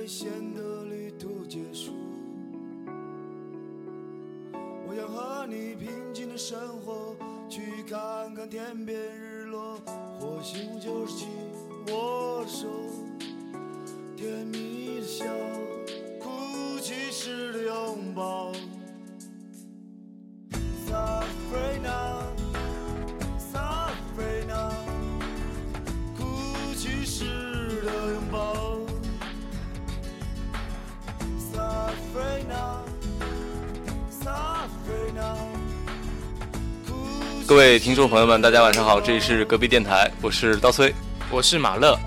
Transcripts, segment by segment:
险的旅途结束。我想和你平静的生活，去看看天边日落，或幸福就是紧握手，甜蜜的笑，哭泣时的拥抱。Sabrina， Sabrina， 哭泣时的拥抱。Sabrina， Sabrina。 各位听众朋友们，大家晚上好，这里是隔壁电台，我是刀崔， 我是马乐。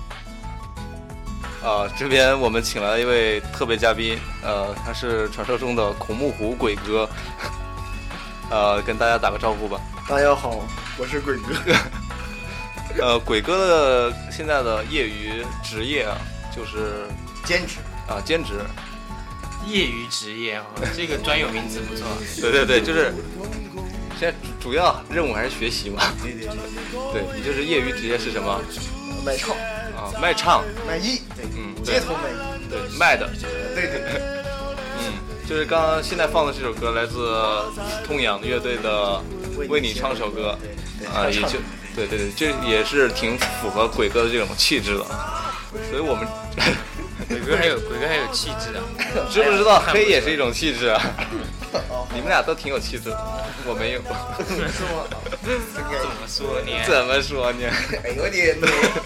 这边我们请来了一位特别嘉宾，他是传说中的孔目虎鬼哥，跟大家打个招呼吧。 大家好，我是鬼哥。 鬼哥的现在的业余职业啊，就是兼职啊，兼职。 业余职业啊，这个专有名词不错。 对，就是现在主要任务还是学习嘛。对，你就是业余职业是什么？ 卖唱啊，卖唱、 卖艺，对，街头卖艺， 对，卖的， 对， 就是刚刚现在放的这首歌来自痛仰乐队的《为你唱首歌》啊，也就对，这也是挺符合鬼哥的这种气质的，所以我们鬼哥还有气质啊， 知不知道黑也是一种气质啊？你们俩都挺有气质的，我没有。 是吗？ 怎么说呢？ 怎么说呢？ 哎呦我的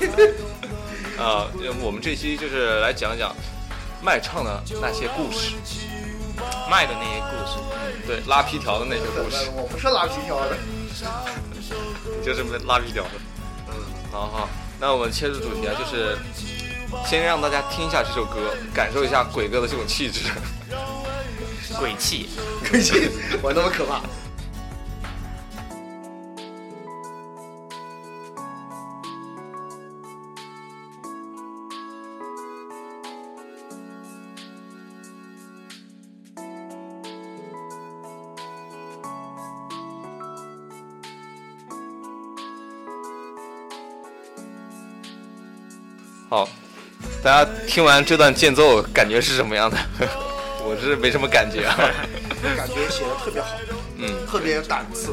我们这期就是来讲讲卖唱的那些故事， 卖的那些故事， 对，拉皮条的那些故事。 我不是拉皮条的， 就是拉皮条的。好，那我们切入主题啊，就是先让大家听一下这首歌，感受一下鬼哥的这种气质。 鬼气， 我那么可怕。 好，大家听完这段间奏感觉是什么样的？我是没什么感觉啊。 感觉写的特别好，特别有档次，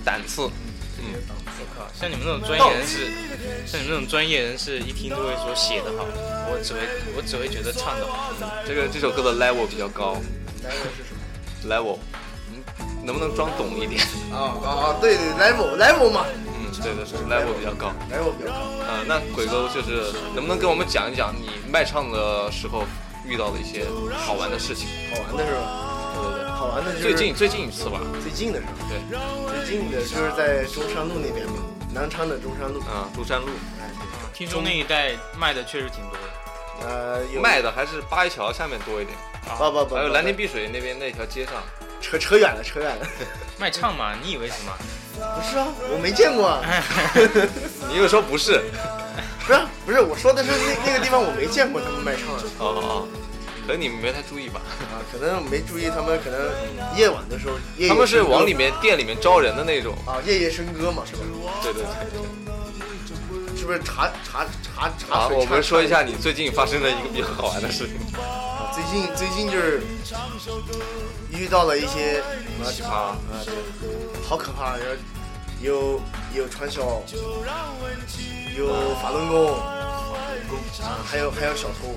像你们这种专业人士，一听都会说写得好，我只会觉得唱得好。 这首歌的 level 比较高。 level 是什么 ？level，能不能装懂一点？ 对 level 嘛。 对的，是 level 比较高。 level 比较高。 那鬼哥就是能不能跟我们讲一讲你卖唱的时候遇到的一些好玩的事情？ 好玩的是吧？ 对， 好玩的就是最近一次吧。 最近的是吧？ 对， 最近的就是在中山路那边嘛，南昌的中山路。 中山路。 听说那一带卖的确实挺多的。 卖的还是八一桥下面多一点。 不， 还有蓝天碧水那边那条街上。 扯远了。 卖唱嘛？你以为什么？ 不是啊，我没见过啊。 你又说不是？ 不是，我说的是那个地方我没见过他们卖唱的。 可能你们没太注意吧？ 可能没注意，他们可能夜晚的时候， 他们是往里面店里面招人的那种夜夜笙歌嘛，是吧？ 对。 是不是茶水？ 我们说一下你最近发生的一个比较好玩的事情。 最近就是遇到了一些奇葩好可怕，有传销，有法轮功，还有小偷。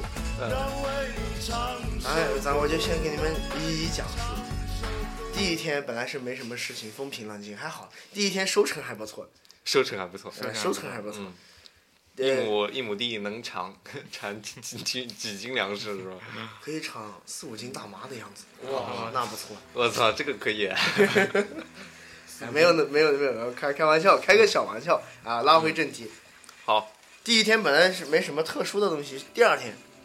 我就先给你们一一讲述。第一天本来是没什么事情，风平浪静，还好。第一天收成还不错。 一亩地能产几斤粮食是吧？ 可以产4-5斤大麻的样子。哇，那不错。 我操，这个可以。 没有，开玩笑，开个小玩笑啊！拉回正题。 好， 第一天本来是没什么特殊的东西，第二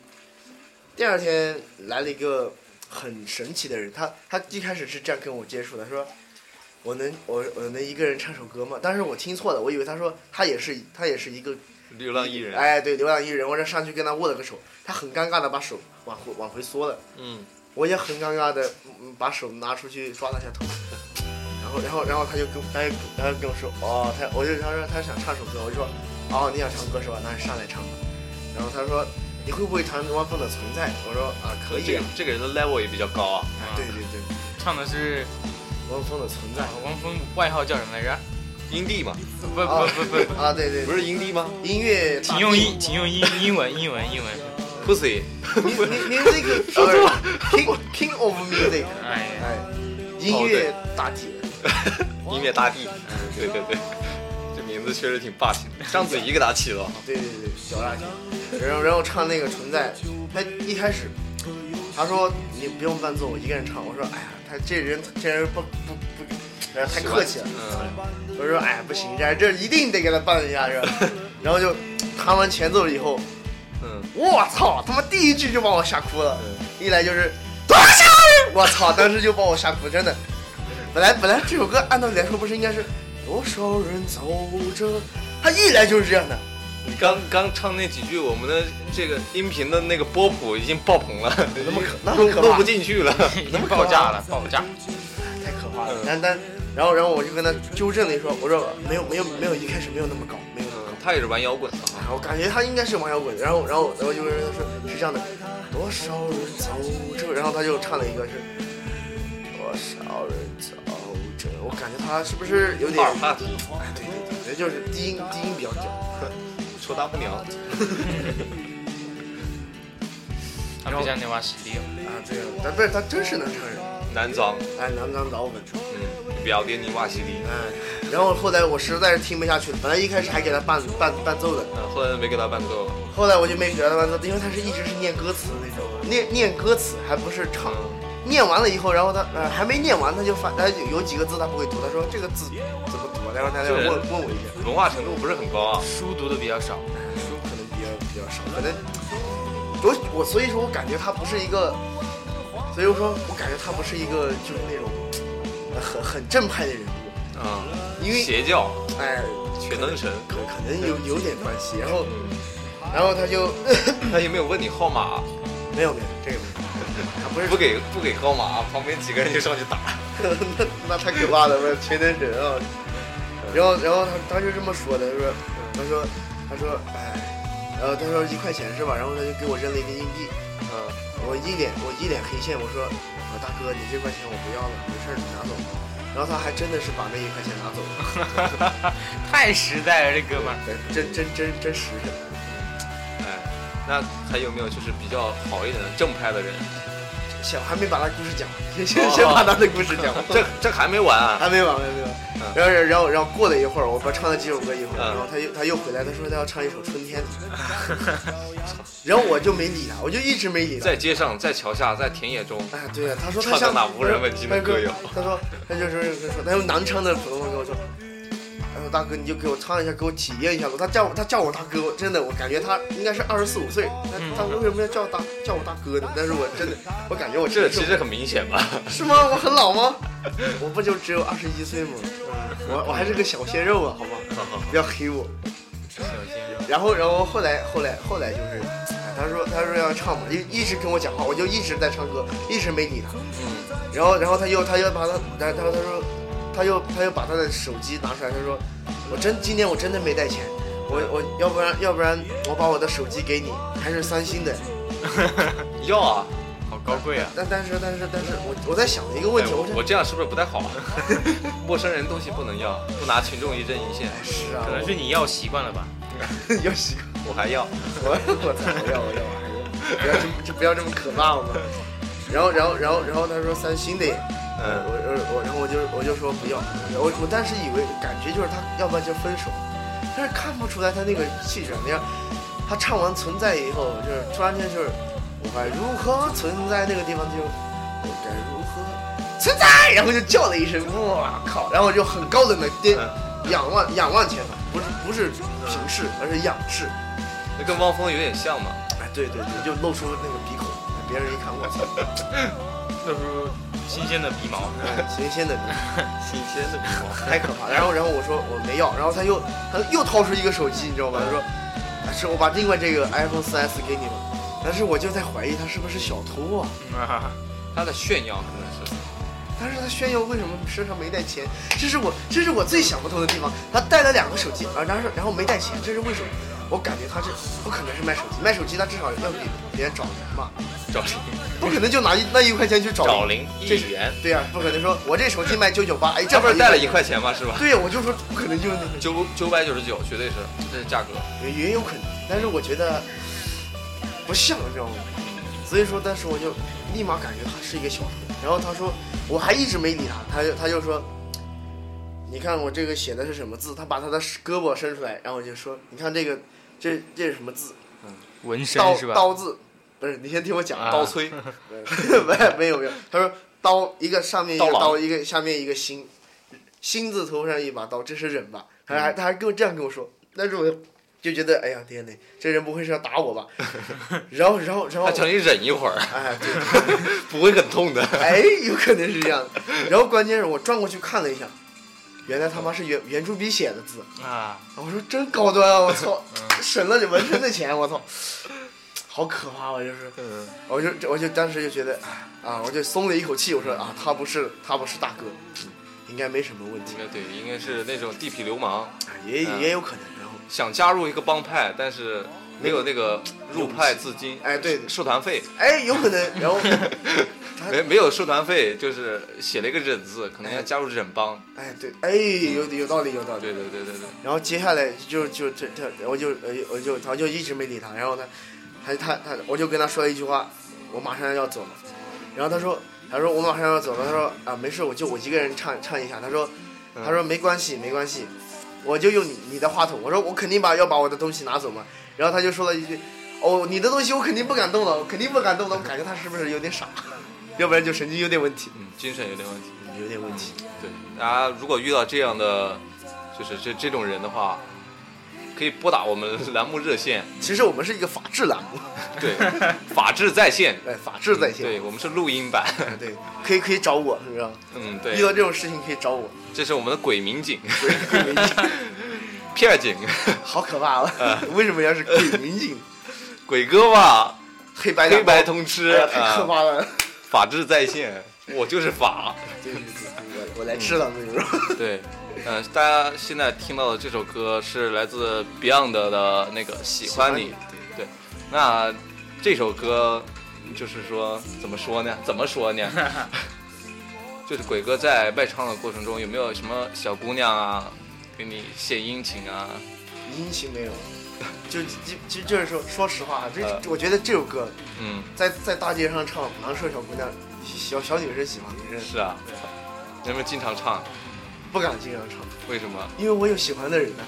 天来了一个很神奇的人，他一开始是这样跟我接触的，说我能一个人唱首歌吗？但是我听错了，我以为他说他也是一个流浪艺人。 对，流浪艺人，我这上去跟他握了个手，他很尴尬的把手往回缩了，我也很尴尬的把手拿出去抓了下头，然后他就跟我说他说他想唱首歌，我就说你想唱歌是吧？那上来唱。然后他说你会不会弹汪峰的《存在》？我说啊，可以啊。 这个人的 level 也比较高啊。 对对对， 唱的是汪峰的《存在》。 汪峰外号叫什么来着？ 阴地嘛？ 不啊，对对， 不是阴地吗？ 音乐， 请用英文。 Pussy。 Music King of Music。哎，音乐大帝。 音乐大帝。对。这名字确实挺霸气的，章子怡给他起的。 对，小大帝。然后唱那个《存在》，他一开始他说你不用伴奏，我一个人唱。我说哎呀，他这人不，太客气了。我说哎不行，这一定得给他伴一下是吧？然后就弹完前奏以后，我操，他妈第一句就把我吓哭了。一来就是多少人，我操，当时就把我吓哭，真的。本来这首歌按道理来说不是应该是多少人走着，他一来就是这样的。 你刚唱那几句，我们的这个音频的那个波谱已经爆棚了， 那么可怕， 录不进去了， 已经爆炸了， 太可怕了。然后我就跟他纠正了一说，我说没有，一开始没有那么高，没有那么高。 他也是玩摇滚的啊， 我感觉他应该是玩摇滚的。然后就跟他说是这样的，多少人走着，然后他就唱了一个是多少人走着，我感觉他是不是有点二帕提？ 哎，对，就是低音比较屌。 说大不了。 他不像那瓦西里啊，对，但不是他真是能唱人， 南庄， 哎，南庄老本， 表弟你瓦西里， 哎，然后后来我实在是听不下去了，本来一开始还给他伴奏的， 后来没给他伴奏， 后来我就没给他伴奏，因为他是一直是念歌词的那种，念歌词还不是唱，念完了以后，然后他还没念完他就有几个字他不会读，他说这个字怎么读，然后他就问我一下， 文化程度不是很高啊， 书读的比较少， 书可能比较少，可能我所以说我感觉他不是一个，所以说我感觉他不是一个就是那种很正派的人物啊， 因为邪教， 哎， 全能神可能有点关系，然后他就他有没有问你号码？ 没有这个没有。他不给号码，旁边几个人就上去打， 那太可怕了，全能神啊！然后他就这么说的，他说哎，然后他说1块钱是吧？然后他就给我扔了一个硬币，我一脸黑线，我说大哥你这块钱我不要了，没事你拿走。然后他还真的是把那1块钱拿走了， 太实在了这哥们儿， 真实诚。 哎，那还有没有就是比较好一点的正派的人？ 还没把他故事讲完，先把他的故事讲完。 这还没完啊？ 还没完。然后过了一会儿，我唱了几首歌以后，然后他又回来，他说他要唱一首《春天》，然后我就没理他，我就一直没理他。 在街上，在桥下，在田野中。 哎，对啊，他说他唱到哪无人问津的歌谣。 他用南昌的普通话跟我说。大哥，你就给我唱一下，给我体验一下吧。他叫我大哥，真的，我感觉他应该是24、25岁。他为什么要叫我大哥呢？但是我真的，我感觉我这其实很明显吧？ 是吗？我很老吗？我不就只有21岁吗？我还是个小鲜肉啊，好吗？不要黑我。 小鲜肉。 然后后来就是，他说要唱嘛，一直跟我讲话，我就一直在唱歌，一直没理他。然后他又把他又把他的手机拿出来，他说今天我真的没带钱，我要不然我把我的手机给你，还是三星的。 要啊， 好高贵啊！ 但是我在想一个问题， 我这样是不是不太好啊？陌生人东西不能要，不拿群众一针一线。 是啊， 可能是你要习惯了吧？ 要习惯， 我还要， 我要，不要这么可怕好吗？然后他说三星的。然后我就说不要，我当时感觉就是他要不然就分手，但是看不出来他那个气质。你看他唱完《存在》以后，就是突然间就是我该如何存在，那个地方就我该如何存在，然后就叫了一声，哇靠！然后就很高冷的仰望前方，不是平视，而是仰视。 那跟汪峰有点像嘛？ 哎，对，就露出那个鼻孔，别人一看我操， 露出。新鲜的鼻毛， 新鲜的鼻毛，太可怕。然后我说我没要，然后他又掏出一个手机，你知道吗？他说是我把另外这个 iPhone 4S 给你了，但是我就在怀疑他是不是小偷啊？ 他在炫耀可能是， 但是他炫耀为什么身上没带钱？这是我最想不通的地方。他带了2个手机然后没带钱，这是为什么？ 我感觉他这不可能是卖手机，卖手机他至少要给别人找人嘛， 找零不可能就拿那1块钱去找零1元。 对呀、不可能说我这手机卖998，哎， 这不是带了1块钱吗？是吧？ 对呀，我就说不可能就那个 999，绝对是这是价格， 也有可能，但是我觉得不像，你知道吗？所以说，但是我就立马感觉他是一个小偷。然后他说，我还一直没理他，他就说，你看我这个写的是什么字？他把他的胳膊伸出来，然后我就说，你看这个，这是什么字？ 纹身是吧？ 刀字，不是，你先听我讲。 刀崔， 没有。他说刀一个上面一个刀，一个下面一个心，心字头上一把刀，这是人吧？他还这样跟我说，但是我就觉得，哎呀天哪，这人不会是要打我吧？然后他叫你忍一会儿， 哎，对， 不会很痛的。 哎，有可能是这样的。然后关键是我转过去看了一下，原来他妈是圆珠笔写的字啊！ 我说真高端啊！我操，省了你纹身的钱，我操，好可怕！我就是，我就当时就觉得，我就松了一口气。我说啊，他不是大哥，应该没什么问题。 对，应该是那种地痞流氓， 也有可能。然后想加入一个帮派，但是没有那个入派资金， 哎，对， 社团费， 哎，有可能。然后没有社团费，就是写了一个忍字，可能要加入忍帮。 哎，对，哎，有道理。 对。 然后接下来他就一直没理他，然后我就跟他说了一句话，我马上要走了。然后他说我马上要走了，他说啊没事，我一个人唱一下。他说没关系，我就用你的话筒。我说我肯定要把我的东西拿走嘛。然后他就说了一句，哦，你的东西我肯定不敢动了，我感觉他是不是有点傻？要不然就神经有点问题， 精神有点问题，对，大家如果遇到这样的，就是这种人的话，可以拨打我们栏目热线。 其实我们是一个法制栏目， 对，法制在线， 哎，法制在线， 对，我们是录音版， 对，可以找我，是不是？ 对， 遇到这种事情可以找我。 这是我们的鬼民警， 鬼民警， 片警， 好可怕啊！为什么要是鬼民警？ 鬼哥吧， 黑白通吃， 太可怕了。 法治在线，我就是法。 对，我来吃了，那种。 对，大家现在听到的这首歌是来自 Beyond 的那个《喜欢你》。对，那这首歌就是说怎么说呢？就是鬼哥在卖唱的过程中，有没有什么小姑娘啊，给你献殷勤啊？ 殷勤没有。就是说实话，我觉得这首歌，在大街上唱，能受小姑娘、小女生喜欢，女生是啊，能不能经常唱？ 不敢经常唱， 为什么？ 因为我有喜欢的人呢。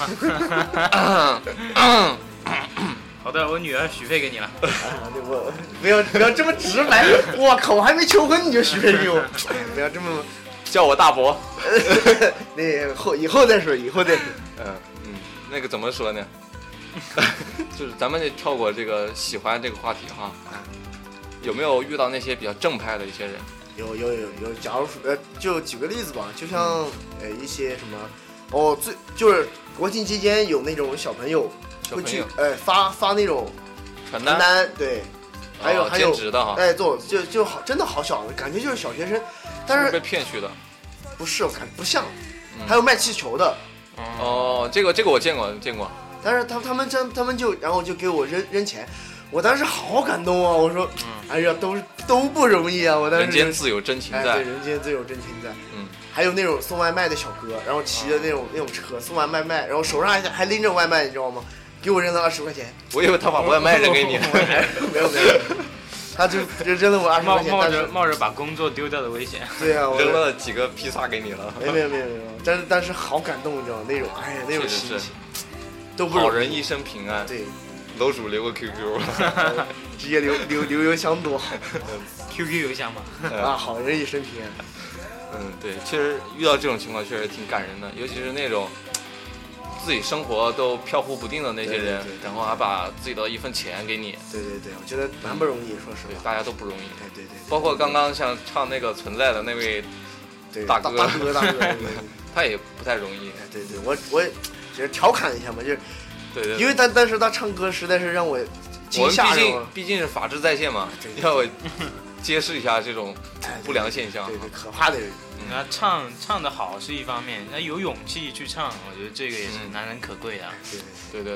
好的，我女儿许配给你了。 对，我不要这么直白，我靠，我还没求婚你就许配给我，不要这么叫我大伯。 那以后再说。 那个怎么说呢？就是咱们就跳过这个喜欢这个话题哈。有没有遇到那些比较正派的一些人？ 有。假如说就举个例子吧，就像一些什么就是国庆期间有那种小朋友会去发那种传单，对，还有兼职的哈， 就好，真的好小，感觉就是小学生，但是被骗去的， 不是，我看不像，还有卖气球的， 这个我见过， 但是他们就然后就给我扔钱，我当时好感动啊，我说，哎呀，都不容易啊，我当时人间自有真情在， 对，人间自有真情在，还有那种送外卖的小哥，然后骑着那种车送完外卖，然后手上还拎着外卖，你知道吗？给我扔了20块钱， 我以为他把外卖扔给你了， 没有，他就扔了我20块钱， 冒着把工作丢掉的危险， 对啊， 扔了几个披萨给你了， 没有，但是好感动，你知道吗？那种那种心情，都不好人一生平安， 对， 楼主留个 QQ， 直接留邮箱多好 ，QQ 邮箱嘛， 好人一生平安。 对，其实遇到这种情况确实挺感人的，尤其是那种自己生活都飘忽不定的那些人，然后还把自己的一份钱给你。 对，我觉得蛮不容易，说实话， 大家都不容易。 对， 包括刚刚像唱那个《存在》的那位大哥，他也不太容易。 对，我只是调侃一下嘛，就是对， 因为但是他唱歌实在是让我惊吓。 毕竟是法治在线嘛，要我揭示一下这种不良现象。 对，可怕的人。 那唱得好是一方面，那有勇气去唱，我觉得这个也是难能可贵的。 对。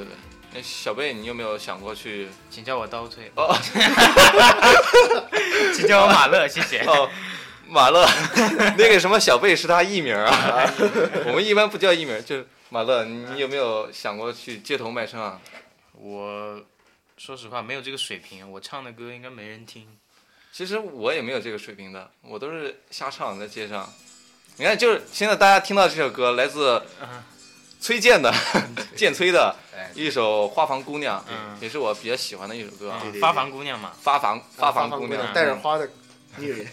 小贝，你有没有想过去？ 请叫我刀退。 哦， 请叫我马乐，谢谢。 哦，马乐，那个什么小贝是他艺名啊，我们一般不叫艺名，就是马乐。你有没有想过去街头卖唱啊？ 我说实话没有这个水平，我唱的歌应该没人听。 其实我也没有这个水平的，我都是瞎唱在街上。你看，就是现在大家听到这首歌，来自崔健的建崔的一首《花房姑娘》，也是我比较喜欢的一首歌。 发房姑娘嘛， 发房姑娘， 带着花的女人。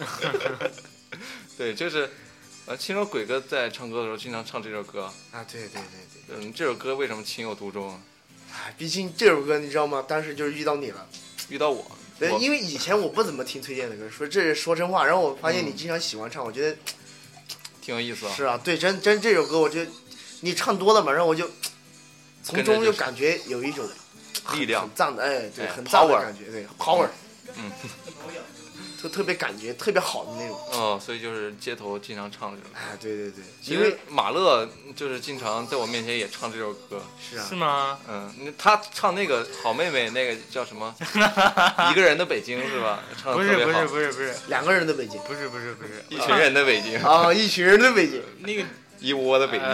对，就是听说鬼哥在唱歌的时候经常唱这首歌啊。对。 这首歌为什么情有独钟？ 毕竟这首歌你知道吗？当时就是遇到你了， 遇到我。 对，因为以前我不怎么听崔健的歌，说真话，然后我发现你经常喜欢唱，我觉得挺有意思啊。 是啊，对，真这首歌，我觉得你唱多了嘛，然后我就从中就感觉有一种力量， 很赞的，对，很赞的感觉，对 ，power，特别感觉特别好的那种。 哦，所以就是街头经常唱这首歌。 对。 其实马乐就是经常在我面前也唱这首歌。 是啊。 是吗？ 他唱那个好妹妹，那个叫什么？一个人的北京是吧？唱得特别好。 不是， 两个人的北京。 不是， 一群人的北京。 啊，一群人的北京。 那个一窝的北京。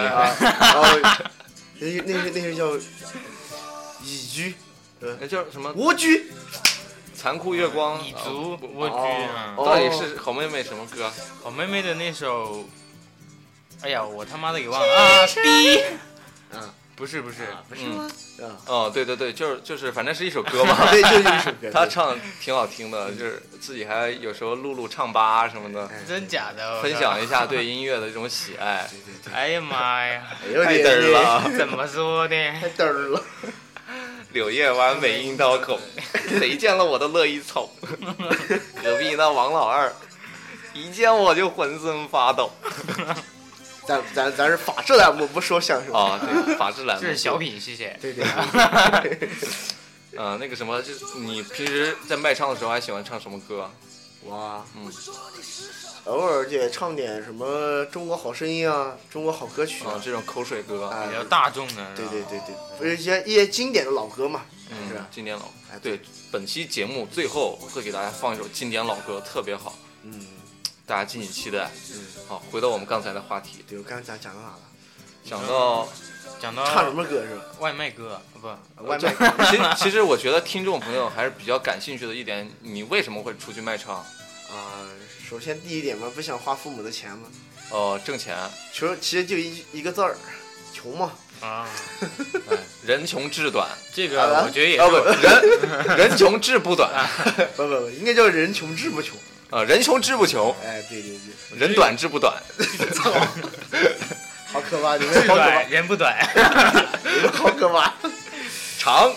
那是叫蚁居， 那叫什么？ 蜗居。 残酷月光， 蚁族蜗居啊！ 到底是好妹妹什么歌？ 好妹妹的那首，哎呀，我他妈的给忘了啊！逼，不是吗？ 哦，对，就是，反正是一首歌嘛。 对，就是一首歌。 他唱的挺好听的，就是自己还有时候录唱吧什么的。 真假的？ 分享一下对音乐的这种喜爱。 对。 哎呀妈呀！ 太嘚儿了！ 怎么说的？ 太嘚儿了。 柳叶弯，美樱刀口，谁见了我都乐意瞅。隔壁那王老二，一见我就浑身发抖。 咱是法制栏目，不说相声啊。对，法制栏目。 这是小品，谢谢。 对。 那个什么，就是你平时在卖唱的时候还喜欢唱什么歌？ 哇，偶尔也唱点什么《中国好声音》啊，《中国好歌曲》 这种口水歌， 比较大众的。 对，不是一些经典的老歌嘛。 是吧？经典老歌。对，本期节目最后会给大家放一首经典老歌，特别好。大家敬请期待。好，回到我们刚才的话题。 对，我刚才讲到哪了？ 讲到唱什么歌是吧？ 外卖歌不？ 外卖歌。 其实我觉得听众朋友还是比较感兴趣的一点，你为什么会出去卖唱？ 首先第一点嘛，不想花父母的钱嘛。 挣钱。 其实就一个字儿，穷嘛。 人穷志短， 这个我觉得也是。 人穷志不短。 不，应该叫人穷志不穷。 人穷志不穷。 对。 人短志不短。 操！好可怕！你们志短人不短。 你们好可怕。 长。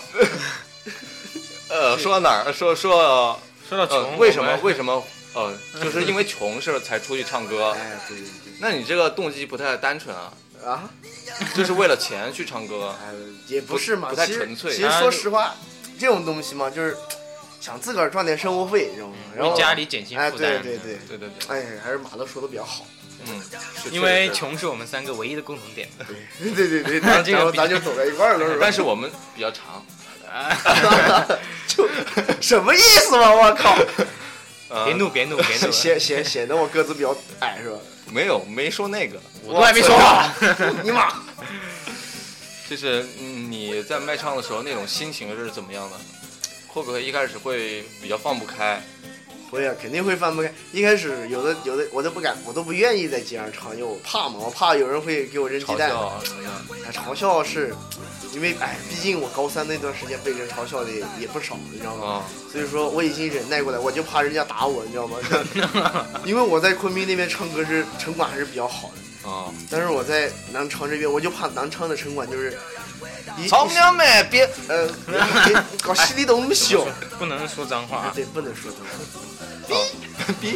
说到哪儿？说到穷。 为什么？就是因为穷是才出去唱歌。 对。 那你这个动机不太单纯啊。就是为了钱去唱歌。 也不是嘛， 不太纯粹。 其实说实话，这种东西嘛，就是想自个儿赚点生活费，你知道吗？然后为家里减轻负担。 对。还是马乐说的比较好。 因为穷是我们三个唯一的共同点。 对。咱就走在一块儿了，是吧？ 但是我们比较长。 就什么意思嘛？我靠！ 别怒！ 显得我个子比较矮是吧？ 没说那个， 我都还没说话。 你妈！ 就是你在卖唱的时候那种心情是怎么样的？会不会一开始会比较放不开？ 会啊，肯定会放不开。一开始有的我都不敢，我都不愿意在街上唱，因为我怕嘛，我怕有人会给我扔鸡蛋。嘲笑是。因为毕竟我高3那段时间被人嘲笑的也不少，你知道吗？所以说我已经忍耐过来，我就怕人家打我，你知道吗？因为我在昆明那边唱歌是城管还是比较好的但是我在南昌这边，我就怕南昌的城管就是操娘们别搞犀利东西哦， 不能说脏话。 对，不能说脏话。逼。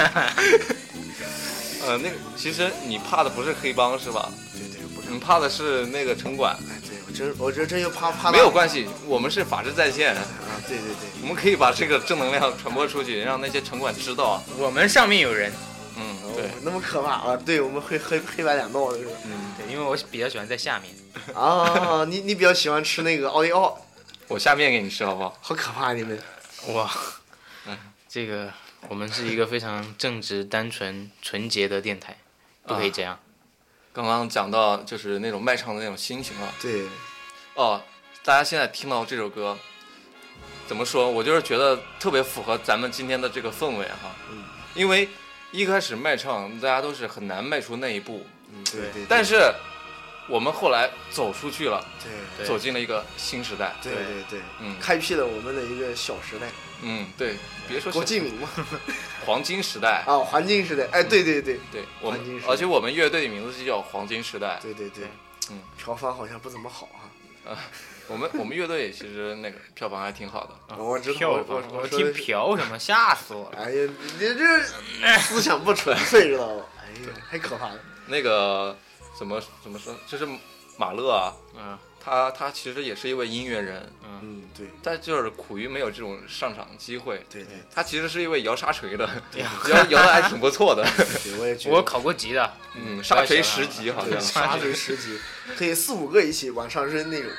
那个其实你怕的不是黑帮是吧？ 对，不是。 你怕的是那个城管。 我这真又怕。 没有关系，我们是法治在线对， 我们可以把这个正能量传播出去，让那些城管知道我们上面有人。 对， 那么可怕啊！对，我们会黑白两道的是吧？ 对，因为我比较喜欢在下面。 啊，你比较喜欢吃那个奥利奥， 我下面给你吃好不好？ 好可怕你们！ 哇，这个我们是一个非常正直、单纯、纯洁的电台，不可以这样。 刚刚讲到就是那种卖唱的那种心情啊。 对。 哦，大家现在听到这首歌，怎么说？我就是觉得特别符合咱们今天的这个氛围哈。因为一开始卖唱，大家都是很难迈出那一步。 对。 但是我们后来走出去了， 对， 走进了一个新时代。 对，开辟了我们的一个小时代。 对，别说郭敬明嘛， 黄金时代啊，黄金时代，哎，对， 我们而且我们乐队的名字就叫黄金时代。 对，票房好像不怎么好啊。 我们乐队其实那个票房还挺好的。 我知道， 我听嫖什么，吓死我了！ 哎呀，你这思想不纯粹，知道吗？哎呀，太可怕了。 那个怎么说？就是马勒啊，他其实也是一位音乐人， 对， 但就是苦于没有这种上场机会。 对， 他其实是一位摇沙锤的，摇的还挺不错的。 我考过级的， 沙锤10级好像。 沙锤10级，可以4-5个一起往上扔那种，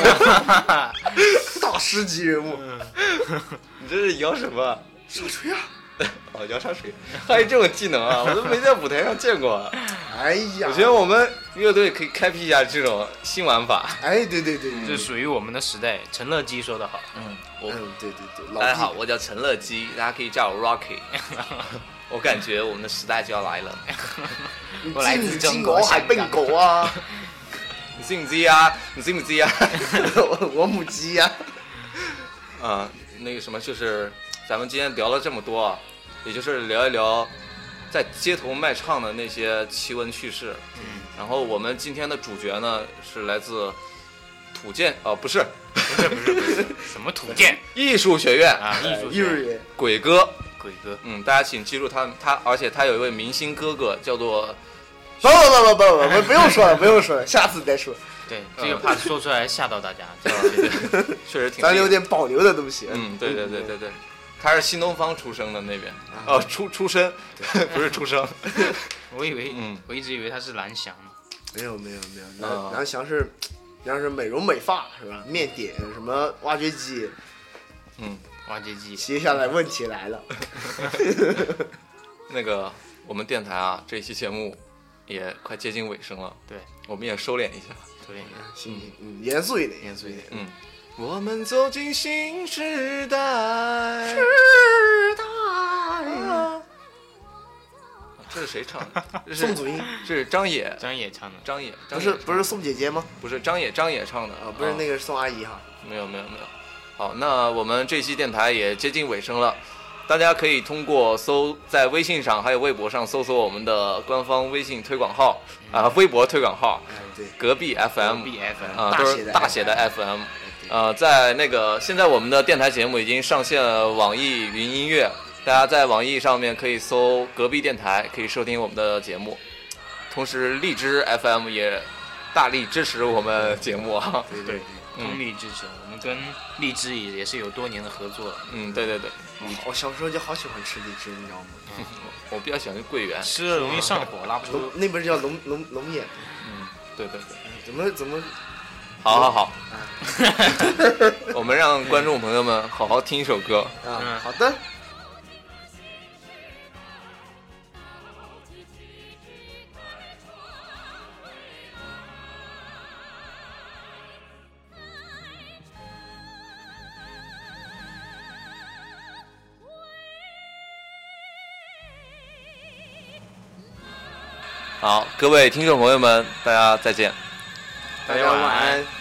大10级人物。 你这是摇什么？ 沙锤啊！ 哦，摇沙锤，还有这种技能啊！我都没在舞台上见过。 哎呀， 我觉得我们乐队可以开辟一下这种新玩法。 哎，对， 这属于我们的时代。陈乐基说得好。 对。 大家好，我叫陈乐基，大家可以叫我 Rocky。我感觉我们的时代就要来了。 我来自中国我还笨狗啊！ 你信不信啊？你信不信啊？ 我母鸡呀！ 那个什么，就是咱们今天聊了这么多，也就是聊一聊在街头卖唱的那些奇闻趣事。然后我们今天的主角呢是来自土建，不是什么土建艺术学院啊，艺术院鬼哥。大家请记住他，而且他有一位明星哥哥叫做。 不用说了，下次再说。 对，这个怕说出来吓到大家， 确实挺。 咱有点保留的东西。 对，他是新东方出生的那边，出身，不是出生。 我一直以为他是蓝翔。 没有，蓝翔是美容美发是吧？面点什么挖掘机。 挖掘机。 接下来问题来了。 那个我们电台啊，这期节目也快接近尾声了。 对， 我们也收敛一下。 行，严肃一点。 我们走进新时代。这是谁唱的？ 宋祖英。 这是张野唱的。 张野不是宋姐姐吗？ 不是张野唱的不是那个是宋阿姨哈。 没有。好，那我们这期电台也接近尾声了。大家可以通过在微信上还有微博上搜索我们的官方微信推广号微博推广号，隔壁 FM 都是大写的 FM。在那个现在我们的电台节目已经上线了网易云音乐，大家在网易上面可以搜隔壁电台，可以收听我们的节目。同时荔枝 FM 也大力支持我们节目啊。 对，通力支持。我们跟荔枝也是有多年的合作了。 对。 我小时候就好喜欢吃荔枝，你知道吗？ 我比较喜欢桂圆， 吃了容易上火，拉不出。 那不是叫龙眼？ 对。 怎么？ 好。我们让观众朋友们好好听一首歌。 好的。 好，各位听众朋友们，大家再见。 大家晚安。